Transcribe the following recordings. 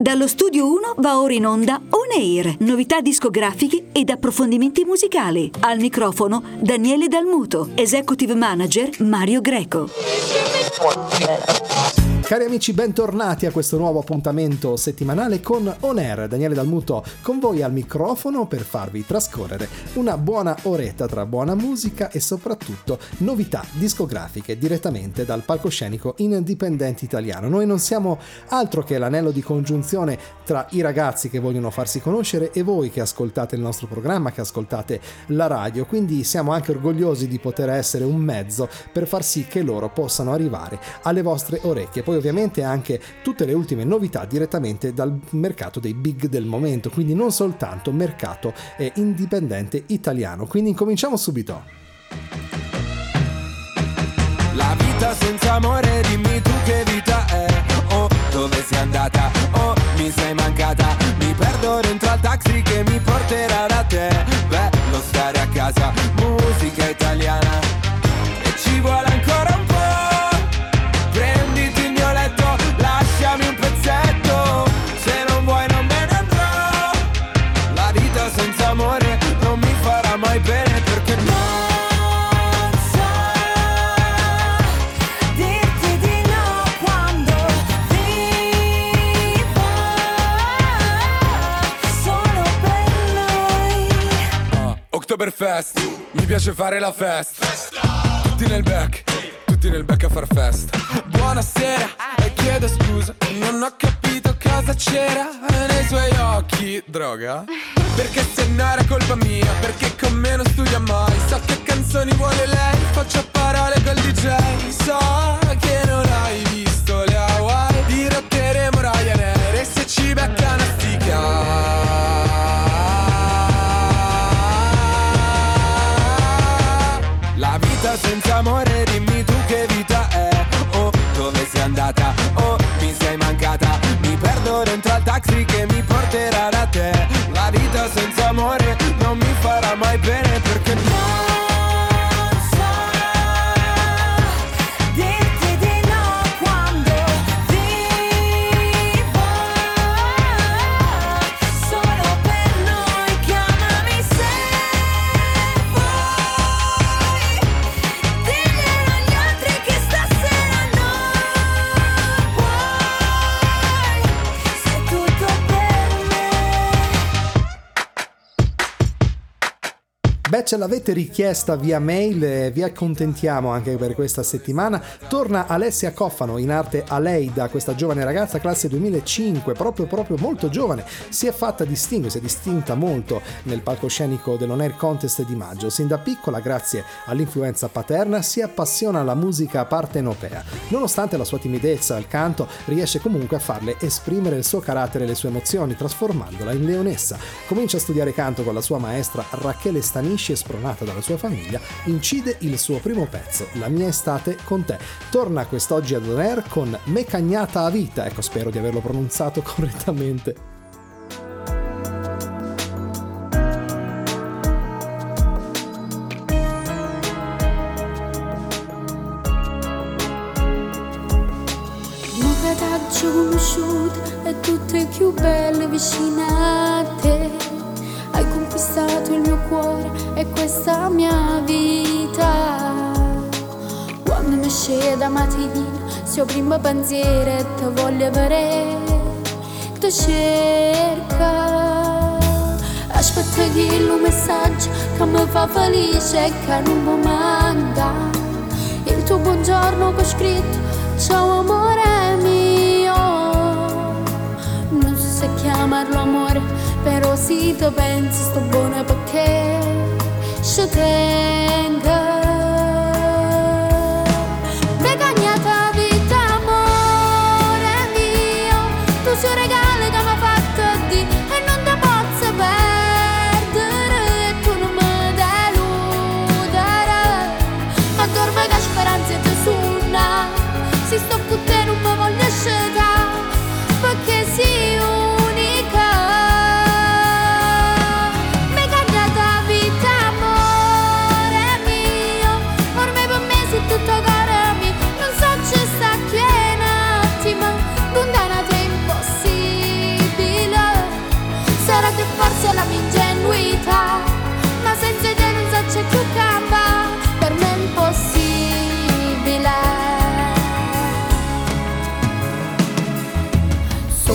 Dallo Studio 1 va ora in onda On Air, novità discografiche ed approfondimenti musicali. Al microfono Daniele Dalmuto, Executive Manager Mario Greco. Cari amici, bentornati a questo nuovo appuntamento settimanale con On Air. Daniele Dalmuto con voi al microfono per farvi trascorrere una buona oretta tra buona musica e soprattutto novità discografiche direttamente dal palcoscenico indipendente italiano. Noi non siamo altro che l'anello di congiunzione tra i ragazzi che vogliono farsi conoscere e voi che ascoltate il nostro programma, che ascoltate la radio, quindi siamo anche orgogliosi di poter essere un mezzo per far sì che loro possano arrivare alle vostre orecchie. Poi ovviamente anche tutte le ultime novità direttamente dal mercato dei big del momento, quindi non soltanto mercato indipendente italiano. Quindi incominciamo subito. La vita senza amore, dimmi tu che vita è. Oh, dove sei andata? Oh, mi sei mancata. Mi perdo dentro al taxi che mi porterà da te. Bello stare a casa, musica italiana. E ci vuole ancora un po'. Prenditi il mio letto, lasciami un pezzetto. Se non vuoi non me ne andrò. La vita senza amore non mi farà mai bene perché non so dirti di no quando vivo solo per noi. Oktoberfest, mi piace fare la festa. Tutti nel back a far festa. Buonasera e chiedo scusa, non ho capito cosa c'era nei suoi occhi. Droga? Perché se no era colpa mia, perché con me non studia mai. So che canzoni vuole lei, faccio a parole col DJ. So che non hai visto le Hawaii, dirotteremo Ryanair e se ci becca una stica. La vita senza amore, dimmi tu che vita è. Oh, dove sei andata? Oh, mi sei mancata. Mi perdo dentro al taxi che mi porterà da te. La vita senza amore non mi farà mai bene perché non so dirti di no quando vivo solo per noi. Chiamami se vuoi, diglielo agli altri che stasera non puoi, sei tutto per me. Beh, ce l'avete richiesta via mail e vi accontentiamo anche per questa settimana. Torna Alessia Coffano, in arte Aleida, questa giovane ragazza classe 2005, proprio molto giovane. Si è fatta distinguere, si è distinta molto nel palcoscenico dell'On Air Contest di maggio. Sin da piccola, grazie all'influenza paterna, si appassiona alla musica partenopea. Nonostante la sua timidezza al canto, riesce comunque a farle esprimere il suo carattere e le sue emozioni, trasformandola in leonessa. Comincia a studiare canto con la sua maestra Rachele Stanisci e spronata dalla sua famiglia, incide il suo primo pezzo, La mia estate con te. Torna quest'oggi ad On Air con Me cagnata a vita, ecco, spero di averlo pronunciato correttamente. Nuove t'ho conosciute e tutte più belle vicine a te. Hai conquistato il mio cuore e questa mia vita. Quando mi scende da mattina, se ho primo pensiero e te voglio avere, ti cerca. Aspetta che il messaggio che mi fa felice e che non mi manca. Il tuo buongiorno che ho scritto, ciao amore mio. Non so se chiamarlo amore, però se ti pensi sto buona perché ci tengo. Me cagnata vita amore mio, tu sei un regalo che mi ha fatto di e non ti posso perdere e tu non mi deludere. Ma dorme che speranza ti suona, se sto con te non mi voglio scendere perché sei unica. Tutto caro mio, non so ci sta qui un attimo, lontana tempo sì.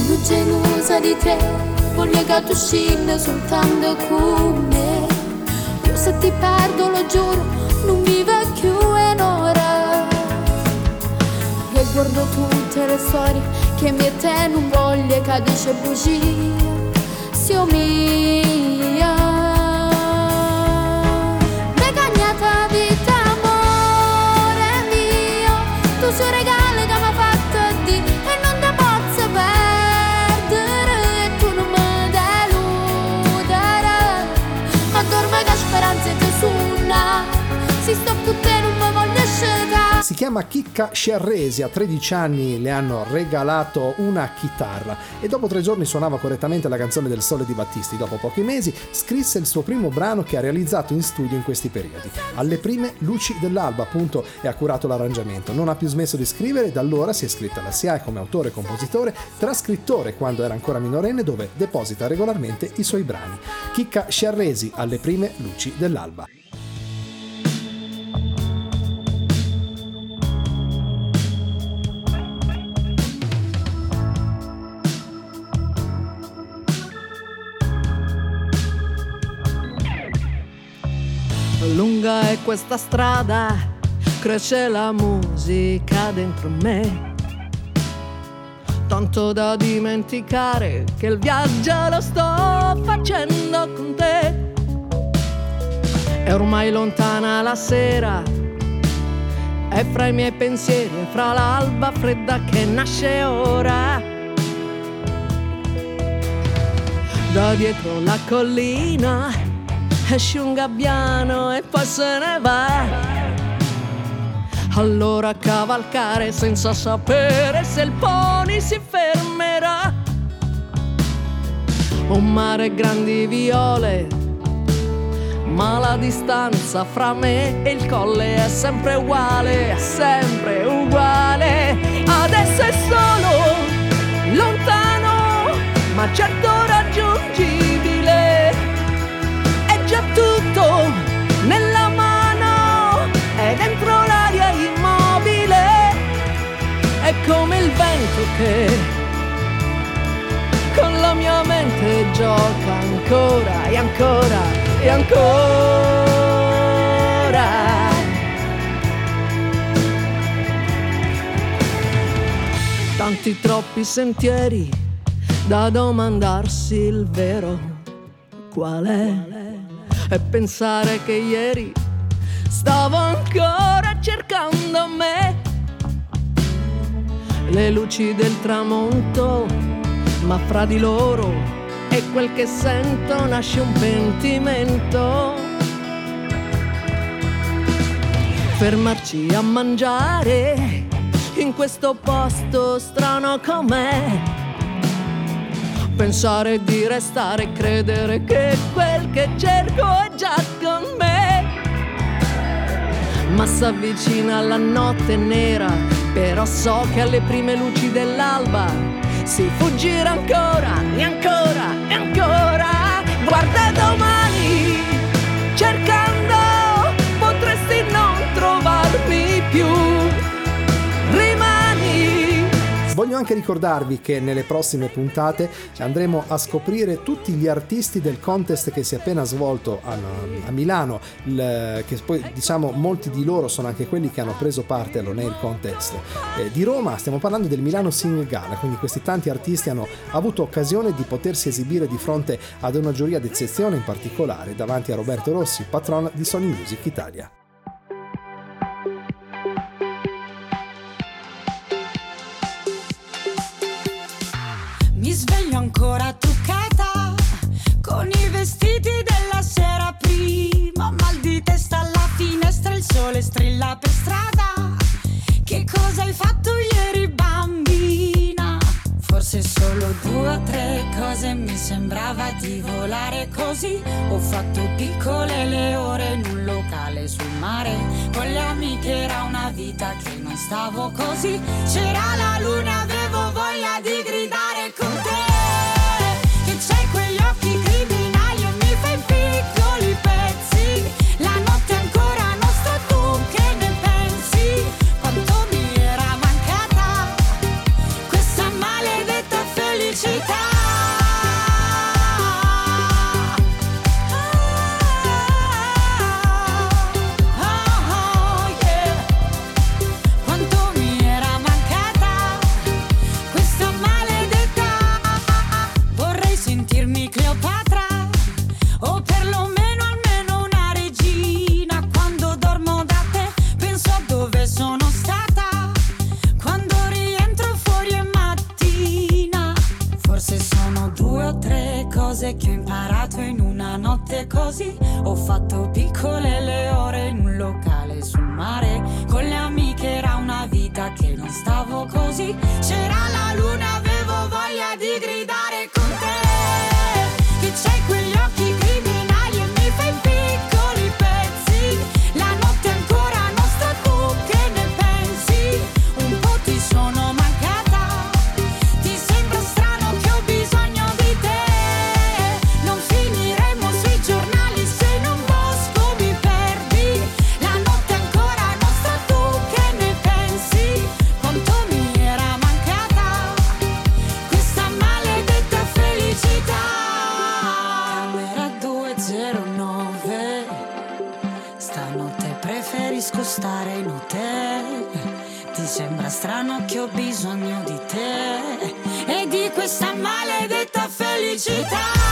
sono gelosa di te, voglio che tu scenda soltanto con me. Io se ti perdo lo giuro, non vivo più un'ora. E guardo tutte le storie che mi e te non voglio che dice bugia. Sia mia, me cagnata vita, amore mio, tu sei un regalo che mi ha fatto a Dio e non te posso perdere, e tu non mi deluderai, ma dorme che speranza ti suona, si sto con te non mi voglio scegliere. Si chiama Chicca Sciarresi, a 13 anni le hanno regalato una chitarra e dopo 3 giorni suonava correttamente la canzone del Sole di Battisti. Dopo pochi mesi scrisse il suo primo brano che ha realizzato in studio in questi periodi. Alle prime luci dell'alba, appunto, e ha curato l'arrangiamento. Non ha più smesso di scrivere e da allora si è iscritta alla SIAE come autore, compositore, trascrittore quando era ancora minorenne, dove deposita regolarmente i suoi brani. Chicca Sciarresi, Alle prime luci dell'alba. Lunga è questa strada, cresce la musica dentro me, tanto da dimenticare che il viaggio lo sto facendo con te. È ormai lontana la sera, è fra i miei pensieri e fra l'alba fredda che nasce ora. Da dietro la collina esce un gabbiano e poi se ne va. Allora cavalcare senza sapere se il pony si fermerà. Un mare grandi viole, ma la distanza fra me e il colle è sempre uguale, è sempre uguale. Adesso è solo lontano, ma certo raggiungibile. Già tutto nella mano, è dentro l'aria immobile, è come il vento che con la mia mente gioca ancora e ancora e ancora. Tanti troppi sentieri da domandarsi il vero qual è. E pensare che ieri stavo ancora cercando me, le luci del tramonto, ma fra di loro e quel che sento nasce un pentimento. Fermarci a mangiare in questo posto strano com'è, pensare di restare e credere che quel che cerco è già con me. Ma s'avvicina la notte nera, però so che alle prime luci dell'alba si fuggirà ancora e ancora e ancora. Guarda domani, cercando potresti non trovarmi più. Voglio anche ricordarvi che nelle prossime puntate andremo a scoprire tutti gli artisti del contest che si è appena svolto a Milano, che poi diciamo molti di loro sono anche quelli che hanno preso parte all'On Air Contest di Roma. Stiamo parlando del Milano Sing Gala, quindi questi tanti artisti hanno avuto occasione di potersi esibire di fronte ad una giuria d'eccezione, in particolare davanti a Roberto Rossi, patron di Sony Music Italia. Mi sveglio ancora truccata con i vestiti della sera prima, mal di testa alla finestra, il sole strilla per strada. Che cosa hai fatto ieri, bambina? Forse solo 2 o 3 cose, mi sembrava di volare così. Ho fatto piccole le ore in un locale sul mare, con le amiche era una vita che non stavo così. C'era la luna, avevo voglia di gridare con te, che c'hai quegli occhi criminali e mi fai piccoli pezzi. La notte è ancora nostra, tu che ne pensi? Quanto mi era mancata questa maledetta felicità. felicità. Che ho imparato in una notte così. Ho fatto piccole le ore in un locale sul mare. Con le amiche era una vita che non stavo così. C'era la luna, avevo voglia di gridare con te. Che c'hai quegli occhi criminali e mi fai piccoli pezzi. La notte è ancora nostra, tu che ne pensi? Un po' ti sono mancata. Ti sembra strano che ho bisogno di te. Stare in hotel, ti sembra strano che ho bisogno di te e di questa maledetta felicità.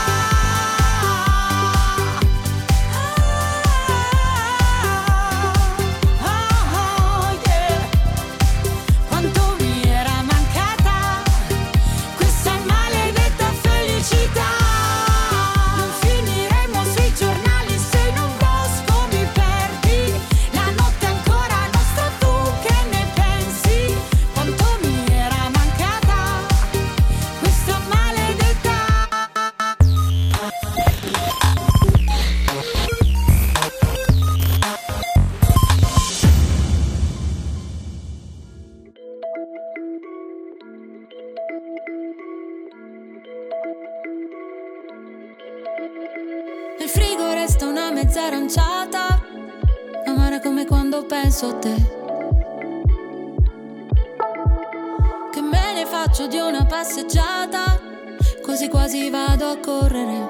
Nel frigo resta una mezza aranciata, amara come quando penso a te. Che me ne faccio di una passeggiata, quasi quasi vado a correre.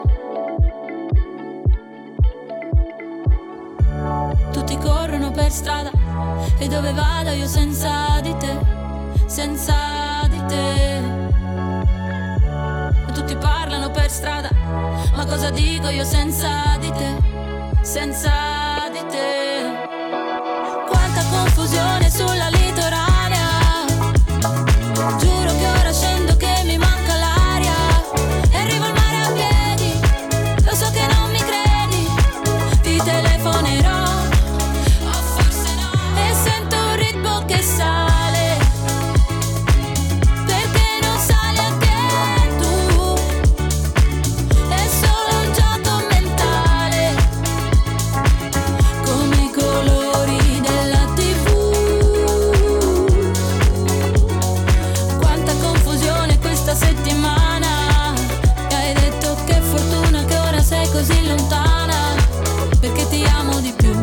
Tutti corrono per strada e dove vado io senza di te, senza di te. Tutti parlano per strada, ma cosa dico io senza di te, senza di te? Quanta confusione sulla litoranea, giuro che ora scendo che mi manca l'aria. E arrivo al mare a piedi, lo so che non mi credi, ti telefonerò, o forse no. E sento un ritmo che sale, perché non sale anche tu. È solo un gioco mentale, come i colori della TV. Quanta confusione questa settimana, e hai detto che fortuna che ora sei così lontana, perché ti amo di più.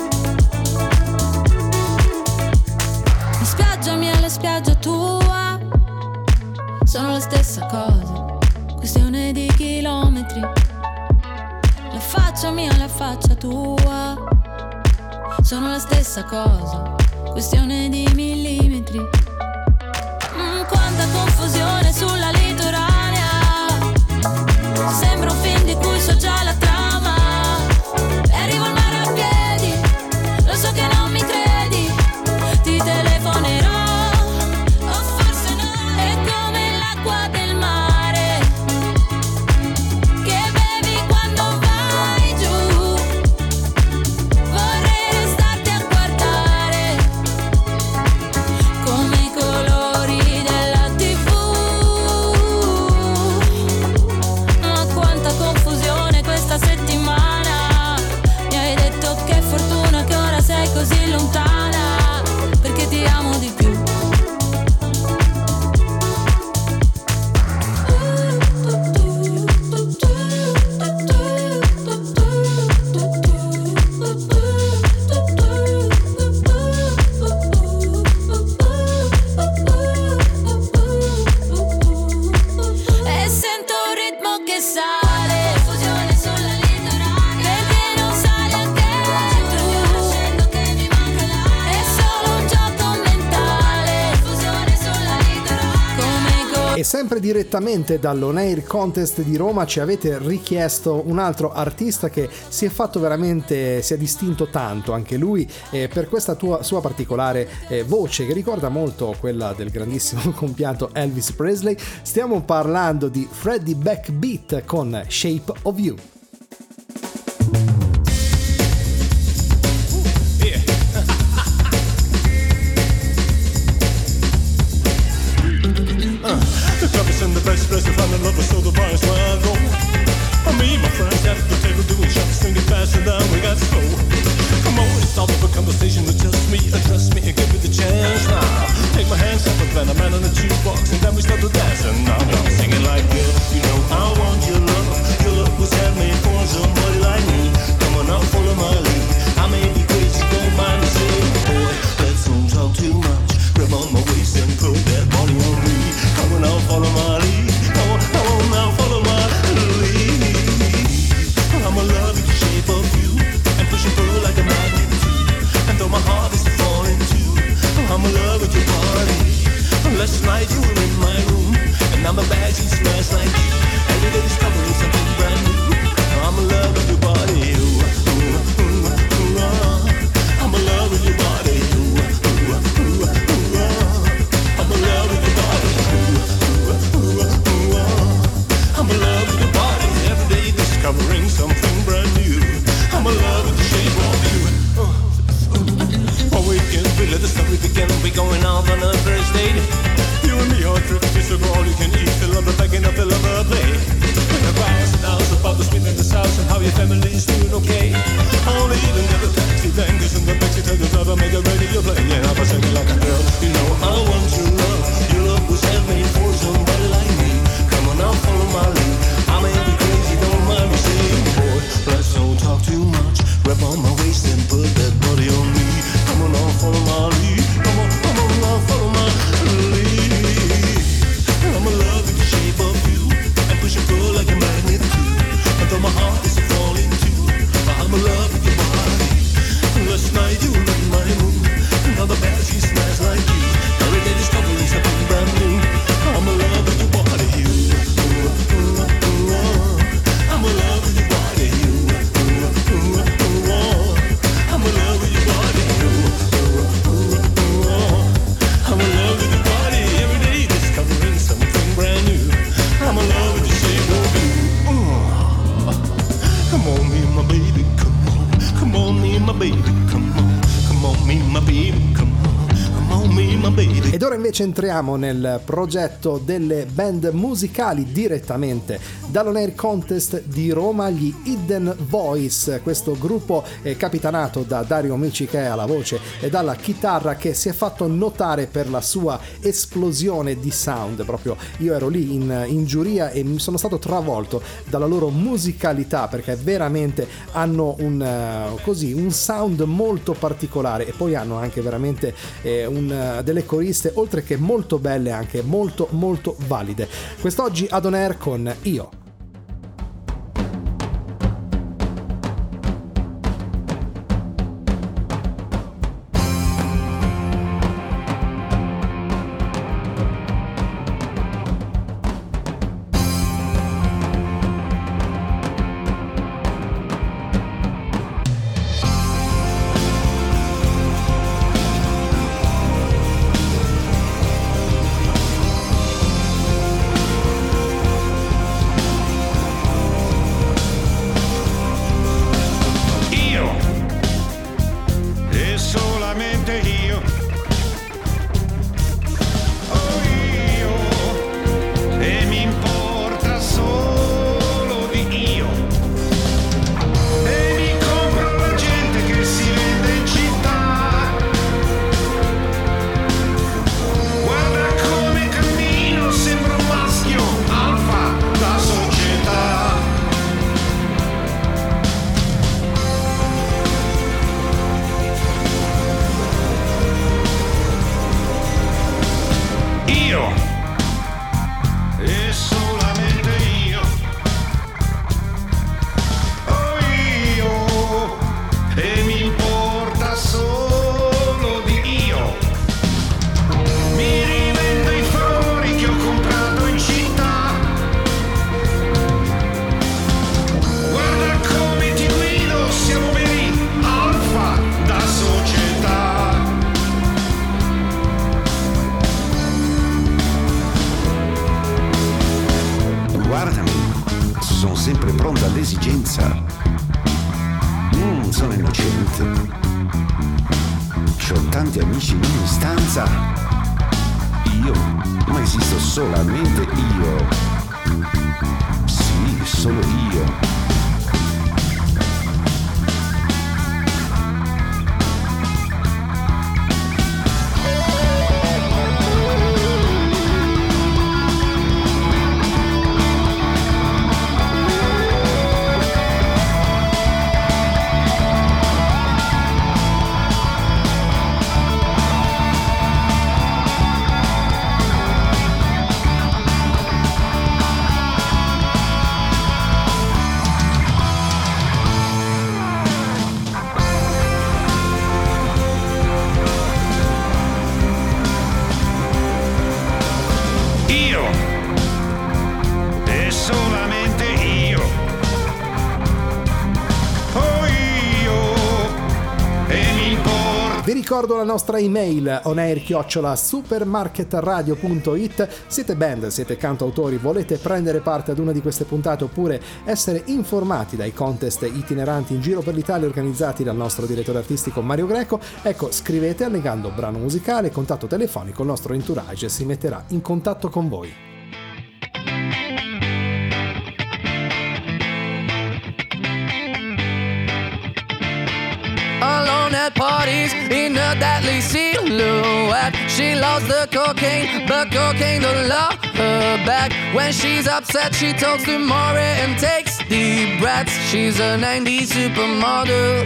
La spiaggia mia e la spiaggia tua sono la stessa cosa, questione di chilometri. La faccia mia e la faccia tua sono la stessa cosa, questione di millimetri. Quanta confusione sulla litoranea, sembra un film di cui so già la trama. E arrivo al mare a piedi, lo so che non mi credi, ti telefonerò, o forse no. È come l'acqua del mare che bevi quando vai giù. Vorrei restarti a guardare, come i colori della TV. sempre direttamente dall'On Air Contest di Roma ci avete richiesto un altro artista che si è distinto tanto anche lui per questa sua particolare voce che ricorda molto quella del grandissimo compianto Elvis Presley. Stiamo parlando di Freddie Backbeat con Shape of You. In the best place to find the lovers, so the bar is where I go. Me and my friends at the table doing shots, singing fast and down we got slow. Come on, it's all of a conversation with just me, address me and give me the chance now. Take my hands up and then a man on the jukebox and then we start to dance. And now I'm singing like girl, you know I want your love. Your love was handmade for somebody like me. Come on now, follow my lead. I may be crazy, don't mind me saying, boy, let's don't talk too much. Grab on my waist and put that body on me. Come on now, follow my lead. Come on now, follow my lead. I'ma love the shape of you and push and pull like a magnet too. And though my heart is falling too, I'ma love with your body. Last night you were in my room and now my bag smells like you. Every day discovering something brand new. I'ma love with your body. I'ma love with your body. I'm in love with your body. I'm in love with your body. Every day discovering something brand new. I'm in love with the shape of you. Oh, we can feel it, the story begin. We going out on a first date. You and me are drifting, so all you can eat. Fill up the bag and I fill up the plate. When the crowds and hours about the spin in the south and how your family's doing okay. I'll even get the taxi then, cause in the backseat tell the driver make a radio play. Yeah, I'm singing like a girl. You know I want your love. Your love was handmade for somebody like me. Come on now, follow my lead. I may be crazy, don't mind me saying, boy, let's don't talk too much. Grab on my waist and put that body on me. Come on now, follow my lead. Come on now, follow my lead. I'm in love with the shape of you and push and pull like a magnet too. And though my heart is falling too, I'm in love with your body. Last night you were in my room, and now the bed she smells like you. Every day discovering something brand new. I'm in love with your body. I'm in love with your body. I'm in love with your body. I'm in love with your body. Every day discovering something brand new. I'm in love with the shape of you. Come on, me and my baby, come on. Come on, me and my baby, come on. Come on, me and my baby, come on. Ed ora invece entriamo nel progetto delle band musicali direttamente dall'On Air Contest di Roma, gli Hidden Voice, questo gruppo capitanato da Dario Amici che è alla voce e dalla chitarra, che si è fatto notare per la sua esplosione di sound. Proprio io ero lì in giuria e mi sono stato travolto dalla loro musicalità, perché veramente hanno un sound molto particolare e poi hanno anche veramente delle coriste oltre che molto belle, anche molto molto valide. Quest'oggi ad On Air con Io. Guardami, sono sempre pronto all'esigenza. Sono innocente. C'ho tanti amici in ogni stanza. Io, ma esisto solamente io. Sì, solo io. Ricordo la nostra email onair@supermarketradio.it. Siete band, siete cantautori, volete prendere parte ad una di queste puntate oppure essere informati dai contest itineranti in giro per l'Italia organizzati dal nostro direttore artistico Mario Greco? Ecco, scrivete allegando brano musicale, contatto telefonico, il nostro entourage si metterà in contatto con voi. Alone at parties in a deadly silhouette. She loves the cocaine, but cocaine don't love her back. When she's upset, she talks to Maury and takes deep breaths. She's a 90s supermodel.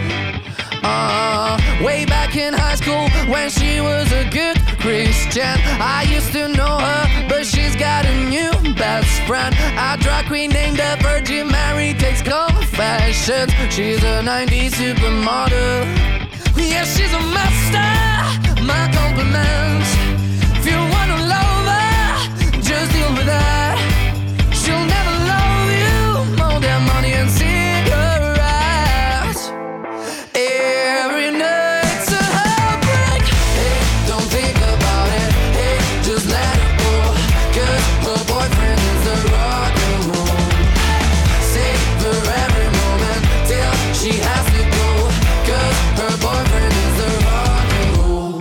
Way back in high school when she was a good Christian, I used to know her, but she's got a new best friend, a drag queen named the Virgin Mary, takes confessions. She's a 90s supermodel. Yeah, she's a master, my compliments. If you wanna love her, just deal with her. She'll never love you more than money and cigarettes. Every night's a heartbreak. Hey, don't think about it. Hey, just let it go. 'Cause her boyfriend is the rock and roll. Savor every moment till she has to go. 'Cause her boyfriend is the rock and roll.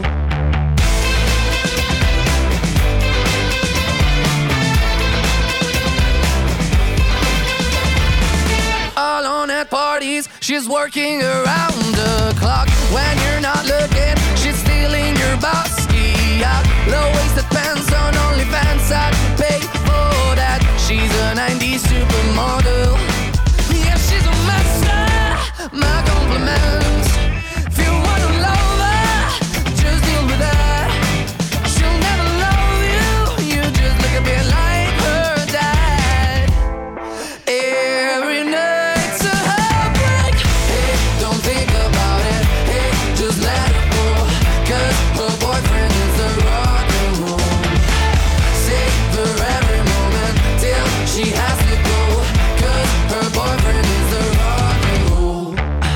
Alone at parties, she's working around the clock. When you're not looking, she's stealing your bossy out. Low-waisted pants on OnlyFans, I'd pay for that. She's a 90s supermodel. Yeah, she's a master, my compliments. If you wanna love her, just deal with her. She'll never love you, you just look a bit like her dad. Every night's a heartbreak. Hey, don't think about it. Hey, just let it go. 'Cause her boyfriend is the rock and roll. Savor every moment till she has to go. 'Cause her boyfriend is the rock and roll.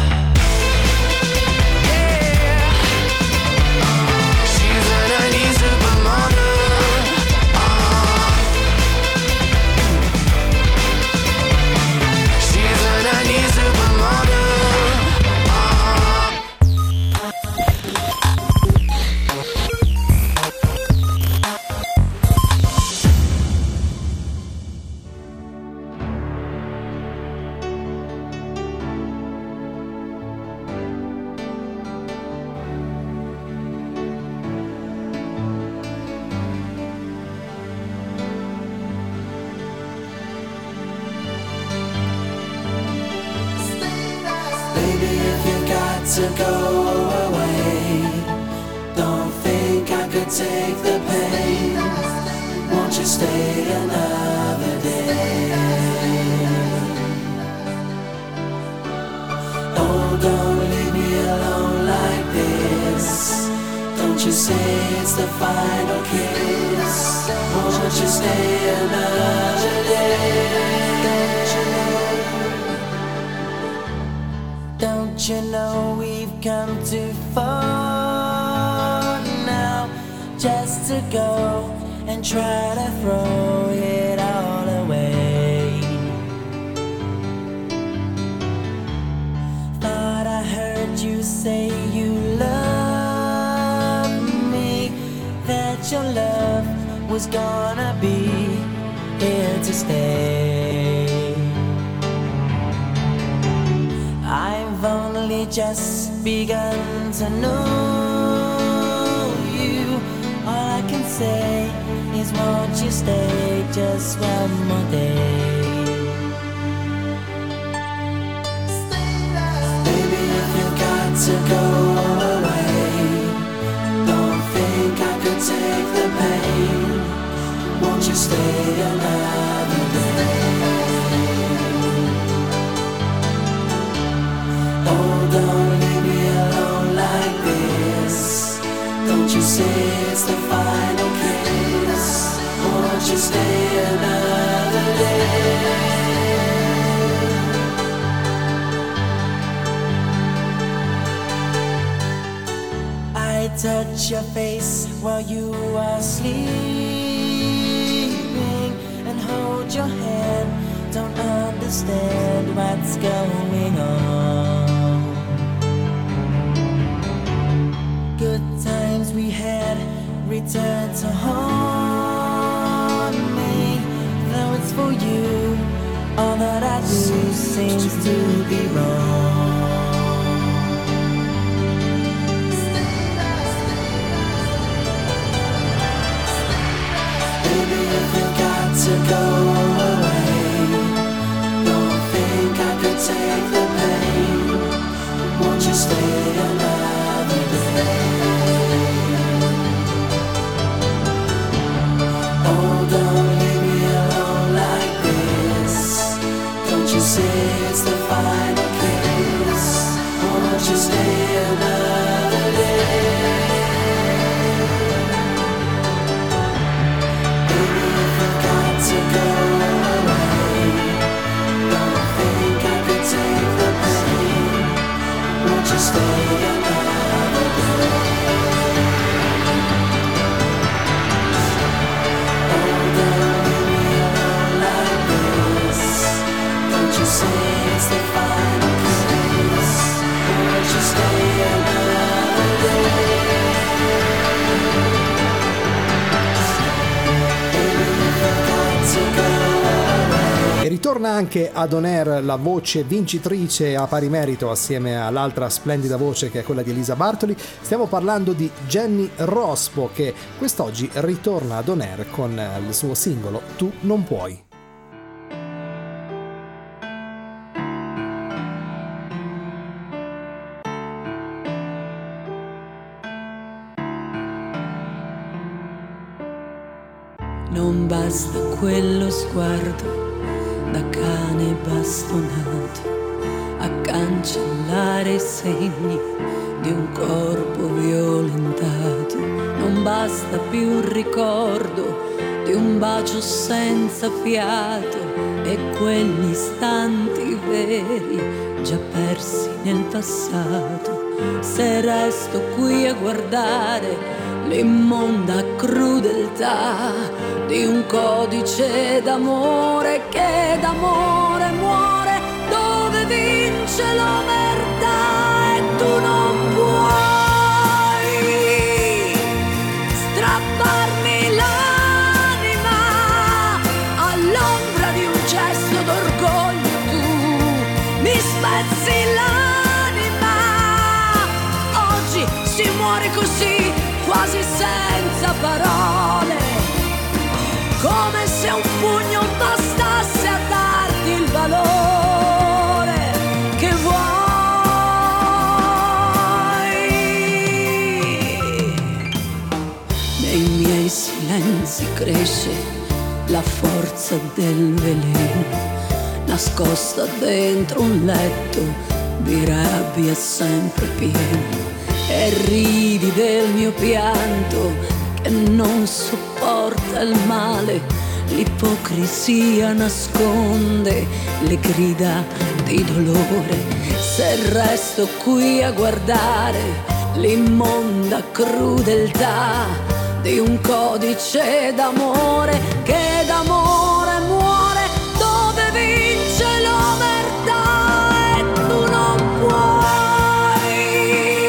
Yeah. She's a 90s supermodel. She's a 90s supermodel. Baby, if you got to go away, don't think I could take the pain. Won't you stay another day? Oh, don't leave me alone like this. Don't you say it's the final kiss. Won't you stay another day? Don't you know we've come too far now just to go and try to throw it all away? say you love me, that your love was gonna be here to stay. I've only just begun to know you. All I can say is won't you stay just one more day. Baby, if you got to go away, don't think I could take the pain. Won't you stay another day? Oh, don't leave me alone like this. Don't you say it's the final kiss. Won't you stay another day? I touch your face while you are sleeping and hold your hand. Don't understand what's going on. Good times we had return to haunt me. Though it's for you, all that I do seems to be wrong. Baby, if you got to go away, don't think I could take the pain. Won't you stay another day? Oh, don't leave me alone like this. Don't you say it's the final kiss. Won't you stay another day? To go away, don't think I could take the pain. Won't you stay another day? Oh, don't leave me alone like this. Don't you say it's the final kiss. Won't you stay another day? E ritorna anche ad On Air la voce vincitrice a pari merito assieme all'altra splendida voce che è quella di Elisa Bartoli. Stiamo parlando di Jenny Rospo, che quest'oggi ritorna ad On Air con il suo singolo Tu non puoi. Non basta quello sguardo da cane bastonato a cancellare i segni di un corpo violentato. Non basta più un ricordo di un bacio senza fiato e quegli istanti veri già persi nel passato. Se resto qui a guardare l'immonda crudeltà di un codice d'amore che d'amore muore, dove vince l'omertà e tu non puoi strapparmi l'anima all'ombra di un gesto d'orgoglio. Tu mi spezzi l'anima, oggi si muore così, quasi senza parole, come se un pugno bastasse a darti il valore che vuoi. Nei miei silenzi cresce la forza del veleno, nascosta dentro un letto di rabbia sempre pieno. E ridi del mio pianto che non sopporta il male, l'ipocrisia nasconde le grida di dolore. Se resto qui a guardare l'immonda crudeltà di un codice d'amore che d'amore muore, dove vince l'omertà e tu non puoi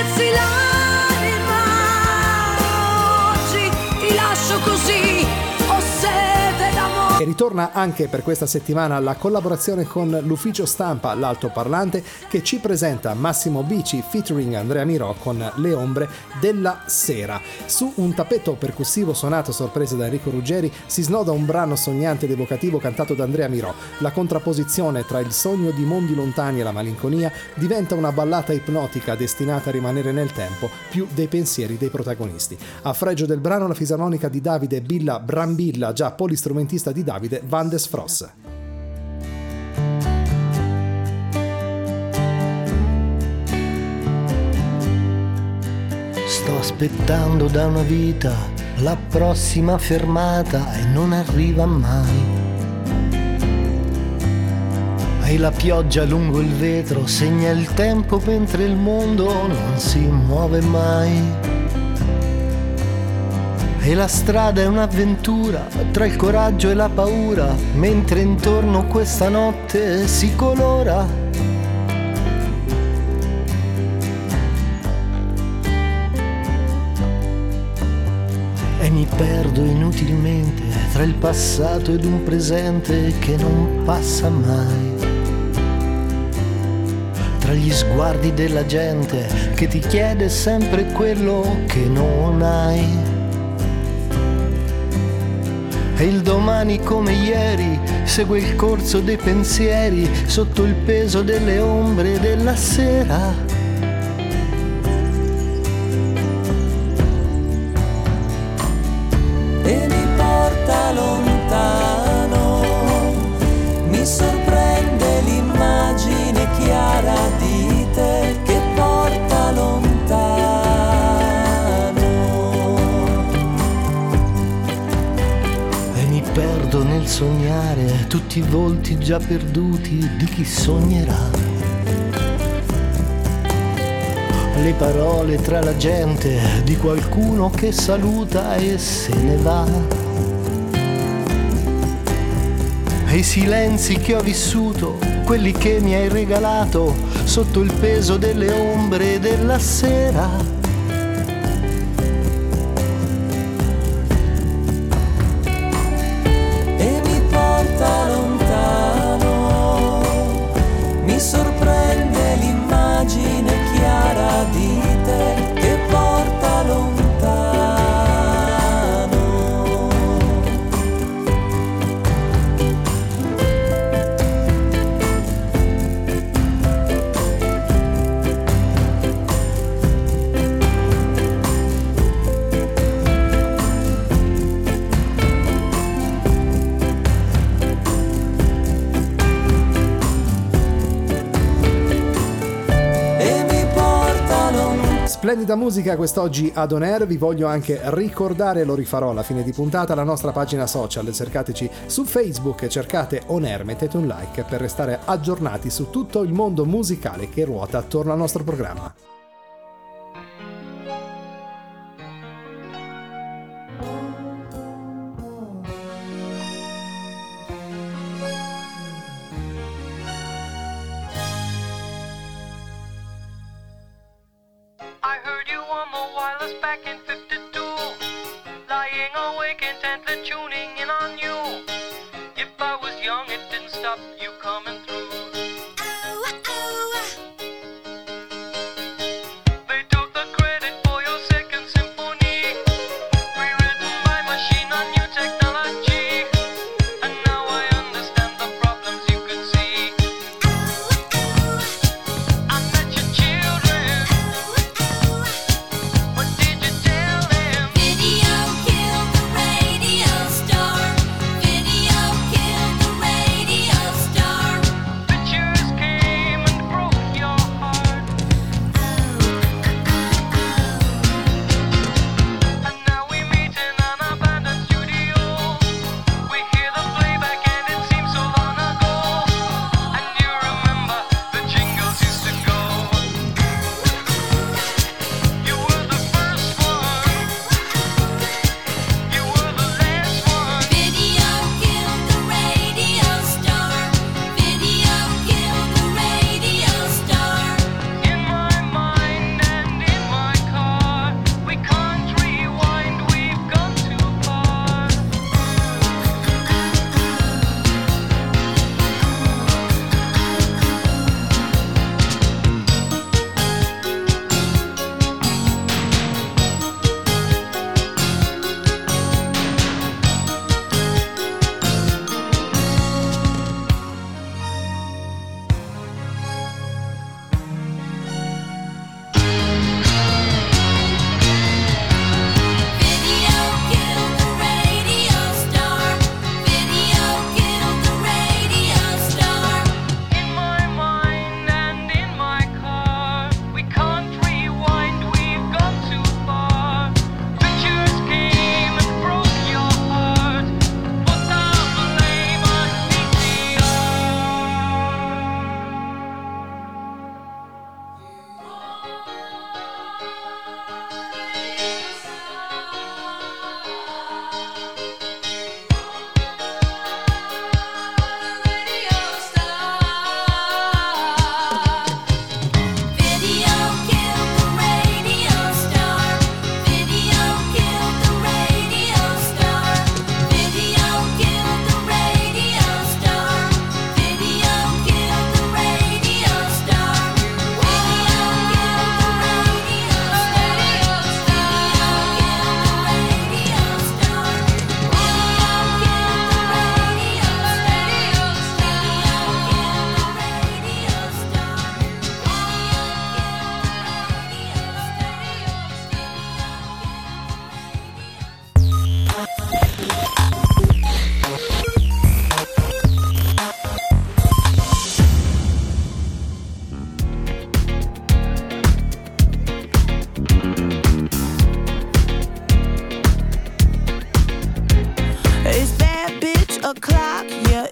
spezzi l'anima. Oggi ti lascio così, ho sete d'amore. E ritorna anche per questa settimana la collaborazione con l'ufficio stampa L'Altoparlante, che ci presenta Massimo Bici featuring Andrea Mirò con Le ombre della sera. Su un tappeto percussivo suonato a sorpresa da Enrico Ruggeri si snoda un brano sognante ed evocativo cantato da Andrea Mirò. La contrapposizione tra il sogno di mondi lontani e la malinconia diventa una ballata ipnotica destinata a rimanere nel tempo più dei pensieri dei protagonisti. A fregio del brano la fisarmonica di Davide Billa Brambilla, già polistrumentista di Davide Van des Fross. Sto aspettando da una vita la prossima fermata e non arriva mai. E la pioggia lungo il vetro segna il tempo mentre il mondo non si muove mai. E la strada è un'avventura tra il coraggio e la paura, mentre intorno questa notte si colora. E mi perdo inutilmente tra il passato ed un presente che non passa mai. Tra gli sguardi della gente che ti chiede sempre quello che non hai. E il domani come ieri segue il corso dei pensieri sotto il peso delle ombre della sera. E mi porta lontano, mi sorprende l'immagine chiara di te che porta lontano. Perdo nel sognare tutti i volti già perduti di chi sognerà. Le parole tra la gente di qualcuno che saluta e se ne va. E i silenzi che ho vissuto, quelli che mi hai regalato sotto il peso delle ombre della sera. Sorprende l'immagine chiara di te che porta lontano. Splendida musica quest'oggi ad On Air. Vi voglio anche ricordare, lo rifarò alla fine di puntata, la nostra pagina social. Cercateci su Facebook, cercate On Air, mettete un like per restare aggiornati su tutto il mondo musicale che ruota attorno al nostro programma. I heard you on the wireless back in 52, lying awake intently tuning in on you. If I was young, it didn't stop you coming through. They took the credit for your second symphony, rewritten by machine on new technology. And now I understand the problems you could see. I met your children. What did you tell them? Video killed the radio star. Video killed the radio star.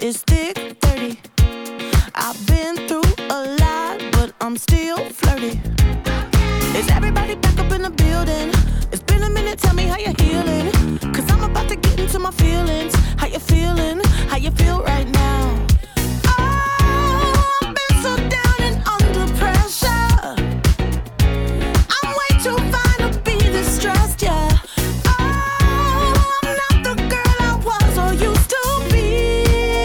is thick, dirty. I've been through a lot, but I'm still flirty. Is everybody back up in the building? It's been a minute, tell me how you're healing. Cause I'm about to get into my feelings. How you feeling? How you feel right now? Oh, I've been so down and under pressure. I'm way too fine to be distressed, yeah. Oh, I'm not the girl I was or used to be.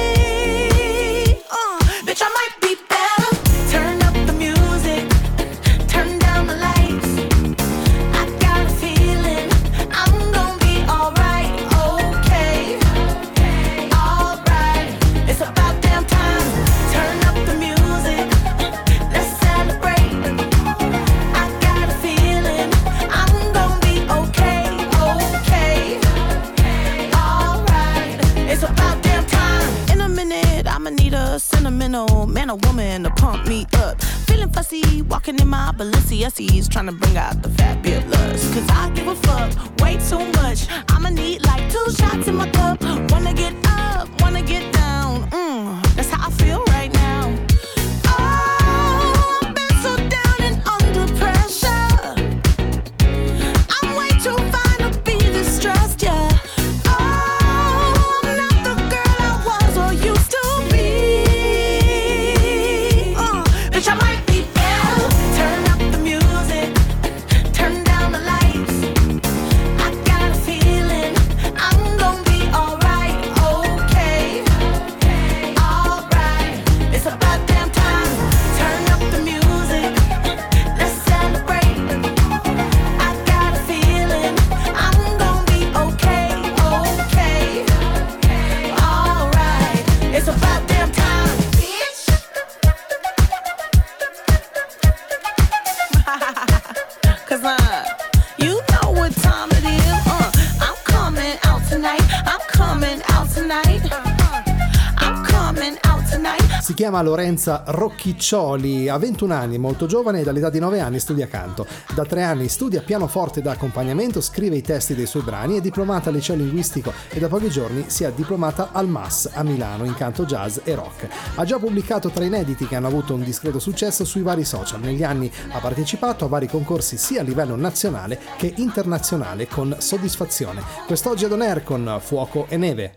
Bitch, I might be better. Turn up the music, turn down the lights. I got a feeling I'm gonna be alright, okay, alright. It's about damn time. Turn up the music, let's celebrate. I got a feeling I'm gonna be okay, okay, alright. It's about damn time. In a minute, I'ma need a sentimental man or woman to pump me up. Feeling fussy, walking in my Balenciennes, trying to bring out the fabulous. Cause I give a fuck way too much. I'ma need like 2 shots in my cup. Wanna get up, wanna get down. That's how I feel right now. Oh, I've been so down and under pressure. I'm way too fine to be distressed, yeah. Oh, I'm not the girl I was or used to be. Bitch, I might be better. Turn up the music, turn down the lights. I got a feeling I'm gonna be alright, okay, alright. It's about damn time. Turn up the music, let's celebrate. I got a feeling I'm gonna be okay, okay, alright. It's about damn time, bitch. Cause you know what time it is. I'm coming out tonight. I'm coming out tonight. I'm coming out tonight. Si chiama Lorenza Rocchiccioli, ha 21 anni, molto giovane, e dall'età di 9 anni studia canto. Da 3 anni studia pianoforte da accompagnamento, scrive i testi dei suoi brani, è diplomata al liceo linguistico e da pochi giorni si è diplomata al MAS a Milano in canto jazz e rock. Ha già pubblicato 3 inediti che hanno avuto un discreto successo sui vari social. Negli anni ha partecipato a vari concorsi sia a livello nazionale che internazionale con soddisfazione. Quest'oggi ad On Air con Fuoco e Neve.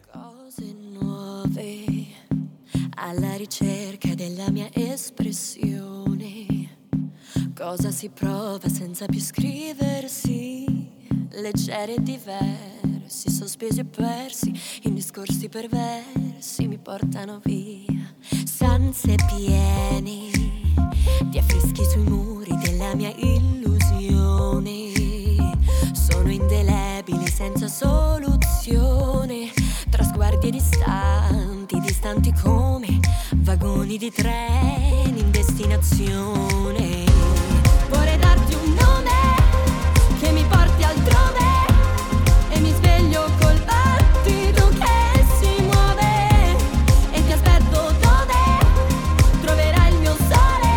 Alla ricerca della mia espressione, cosa si prova senza più scriversi, leggeri e diversi, sospesi e persi, in discorsi perversi mi portano via, stanze piene di affreschi sui muri della mia illusione, sono indelebili senza soluzione, tra sguardi distanti, distanti come vagoni di treni in destinazione. Vorrei darti un nome che mi porti altrove e mi sveglio col battito che si muove e ti aspetto dove troverai il mio sole.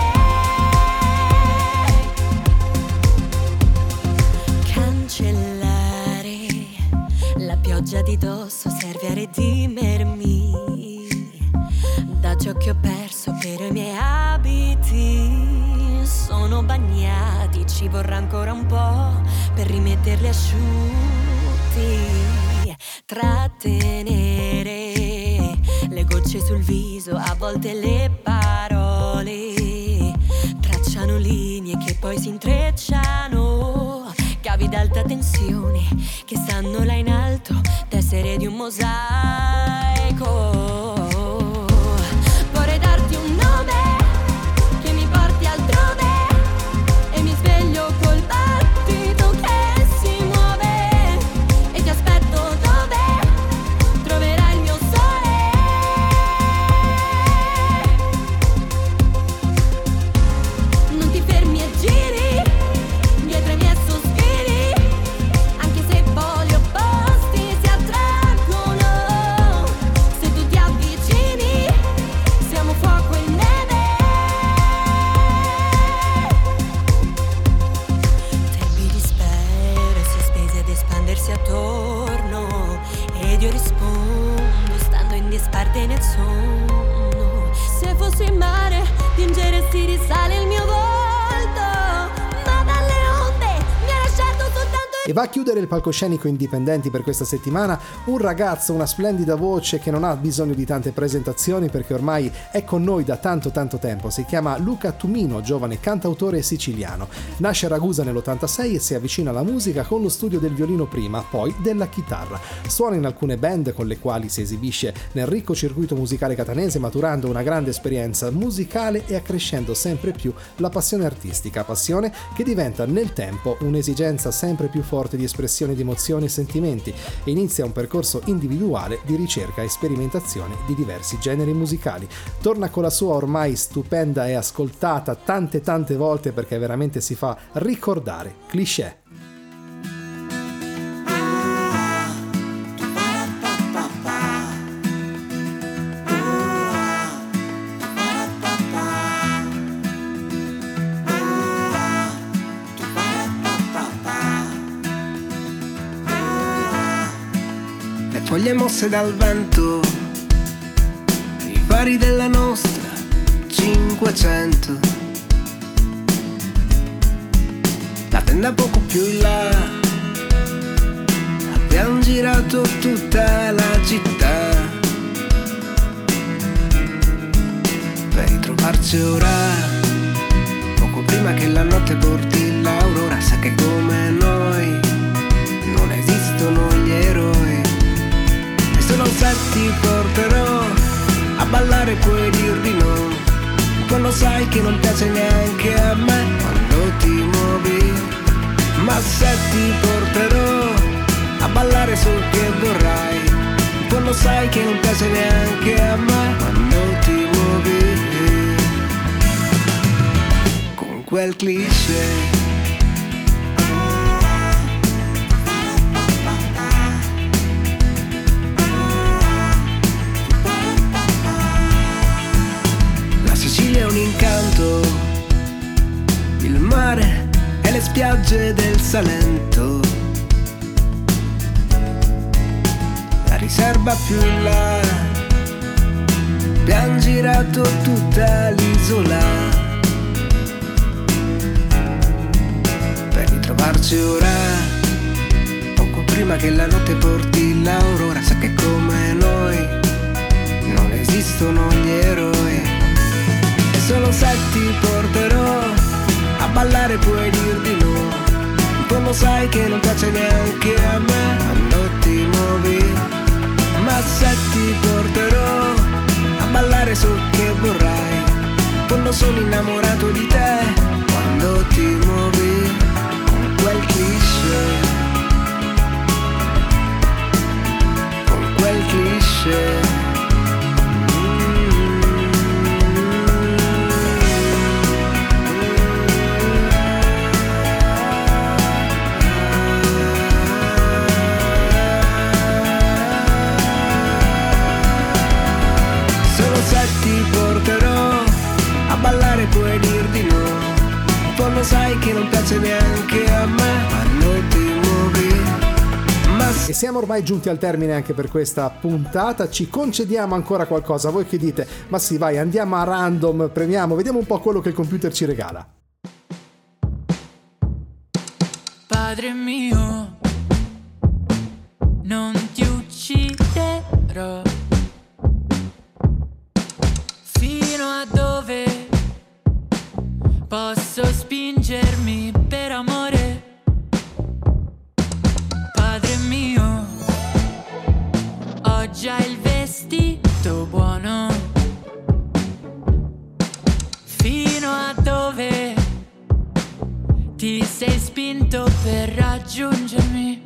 Cancellare la pioggia di dosso serve a redimermi da ciò che ho perso per i miei abiti. Sono bagnati, ci vorrà ancora un po' per rimetterli asciutti. Trattenere le gocce sul viso, a volte le parole tracciano linee che poi si intrecciano, cavi d'alta tensione che stanno là in alto, tessere di un mosaico. Vorrei darti un nome che mi porti altrove e mi sveglio col battito che si muove e ti aspetto dove troverai il mio sole. Non ti fermi e giri dietro i miei sospiri, anche se poli opposti si attraggono, se tu ti avvicini E va a chiudere il palcoscenico Indipendenti per questa settimana un ragazzo, una splendida voce che non ha bisogno di tante presentazioni perché ormai è con noi da tanto tempo. Si chiama Luca Tumino, giovane cantautore siciliano. Nasce a Ragusa nell'86 e si avvicina alla musica con lo studio del violino prima, poi della chitarra. Suona in alcune band con le quali si esibisce nel ricco circuito musicale catanese, maturando una grande esperienza musicale e accrescendo sempre più la passione artistica, passione che diventa nel tempo un'esigenza sempre più forte di espressione di emozioni e sentimenti, e inizia un percorso individuale di ricerca e sperimentazione di diversi generi musicali. Torna con la sua ormai stupenda e ascoltata tante volte perché veramente si fa ricordare, Cliché. Foglie mosse dal vento, i fari della nostra 500, la tenda poco più in là, abbiamo girato tutta la città per ritrovarci ora, poco prima che la notte porti l'aurora. Sa che come noi non esistono gli eroi, solo se ti porterò a ballare puoi dir di no, quando sai che non piace neanche a me quando ti muovi. Ma se ti porterò a ballare sul che vorrai, quando sai che non piace neanche a me quando ti muovi. Con quel cliché è un incanto, il mare e le spiagge del Salento, la riserva più in là, abbiamo girato tutta l'isola per ritrovarci ora, poco prima che la notte porti l'aurora. Sa che come noi non esistono gli eroi, solo se ti porterò a ballare puoi dir di no, quando sai che non piace neanche a me quando ti muovi. Ma se ti porterò a ballare sul che vorrai, quando sono innamorato di te quando ti muovi. Con quel cliché, con quel cliché. Ballare puoi dir di no, quando sai che non piace neanche a me quando ti muovi. E siamo ormai giunti al termine anche per questa puntata. Ci concediamo ancora qualcosa? Voi che dite? Ma sì, vai, andiamo a random, premiamo, vediamo un po' quello che il computer ci regala. Padre mio, non ti ucciderò, fino a dove posso spingermi per amore. Padre mio, ho già il vestito buono, fino a dove ti sei spinto per raggiungermi.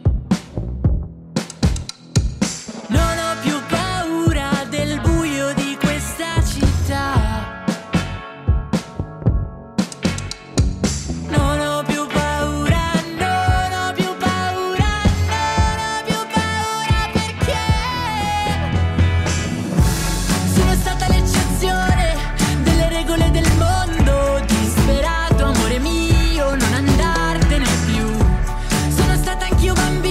Non ho più paura del buio di questa città, Anch'io bambino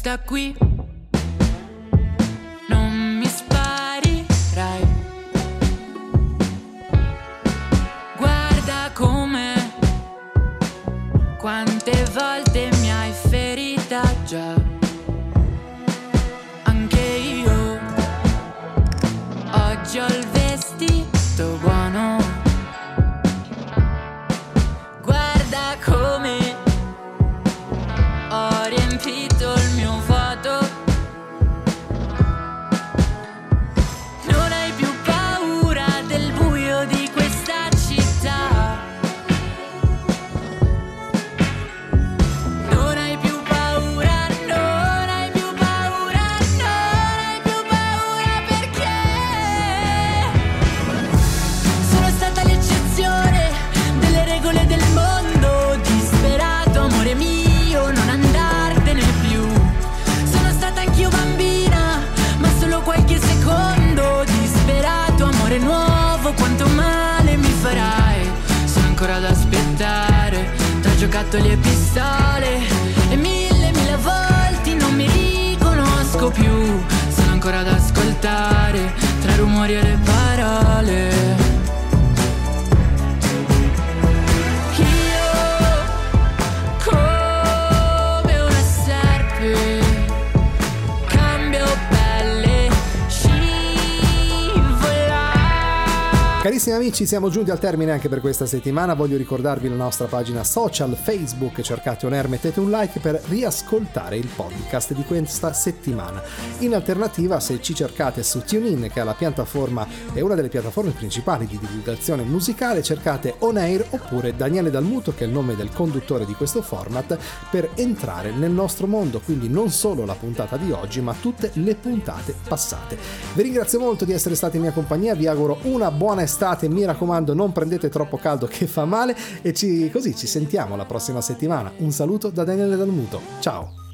resta qui. Non mi sparirai. Guarda come, quante volte mi hai ferita già. Anche io oggi ho il vestito buono. Guarda come ho riempito il mio vuoto. Non hai più paura del buio di questa città. Non hai più paura, non hai più paura, non hai più paura perché sono stata l'eccezione delle regole del mondo. Disperato, amore mio, non andartene più. Sono stata anch'io bambina, ma solo qualche secondo. Disperato, amore nuovo, quanto male mi farai. Sono ancora ad aspettare, tra giocattoli e pistole, e mille volte non mi riconosco più. Sono ancora ad ascoltare, tra rumori e le parole. Come una serpe cambio pelle, scivola. Carissimi amici, siamo giunti al termine anche per questa settimana. Voglio ricordarvi la nostra pagina social Facebook, cercate On Air, mettete un like per riascoltare il podcast di questa settimana. In alternativa, se ci cercate su TuneIn, che è la piattaforma, è una delle piattaforme principali di divulgazione musicale, cercate On Air oppure Daniele Dalmuto, che è il nome del conduttore di questo format, per entrare nel nostro mondo, quindi non solo la puntata di oggi ma tutte le puntate passate. Vi ringrazio molto di essere stati in mia compagnia, vi auguro una buona estate, mi raccomando non prendete troppo caldo che fa male, e così ci sentiamo la prossima settimana. Un saluto da Daniele Dalmuto, ciao!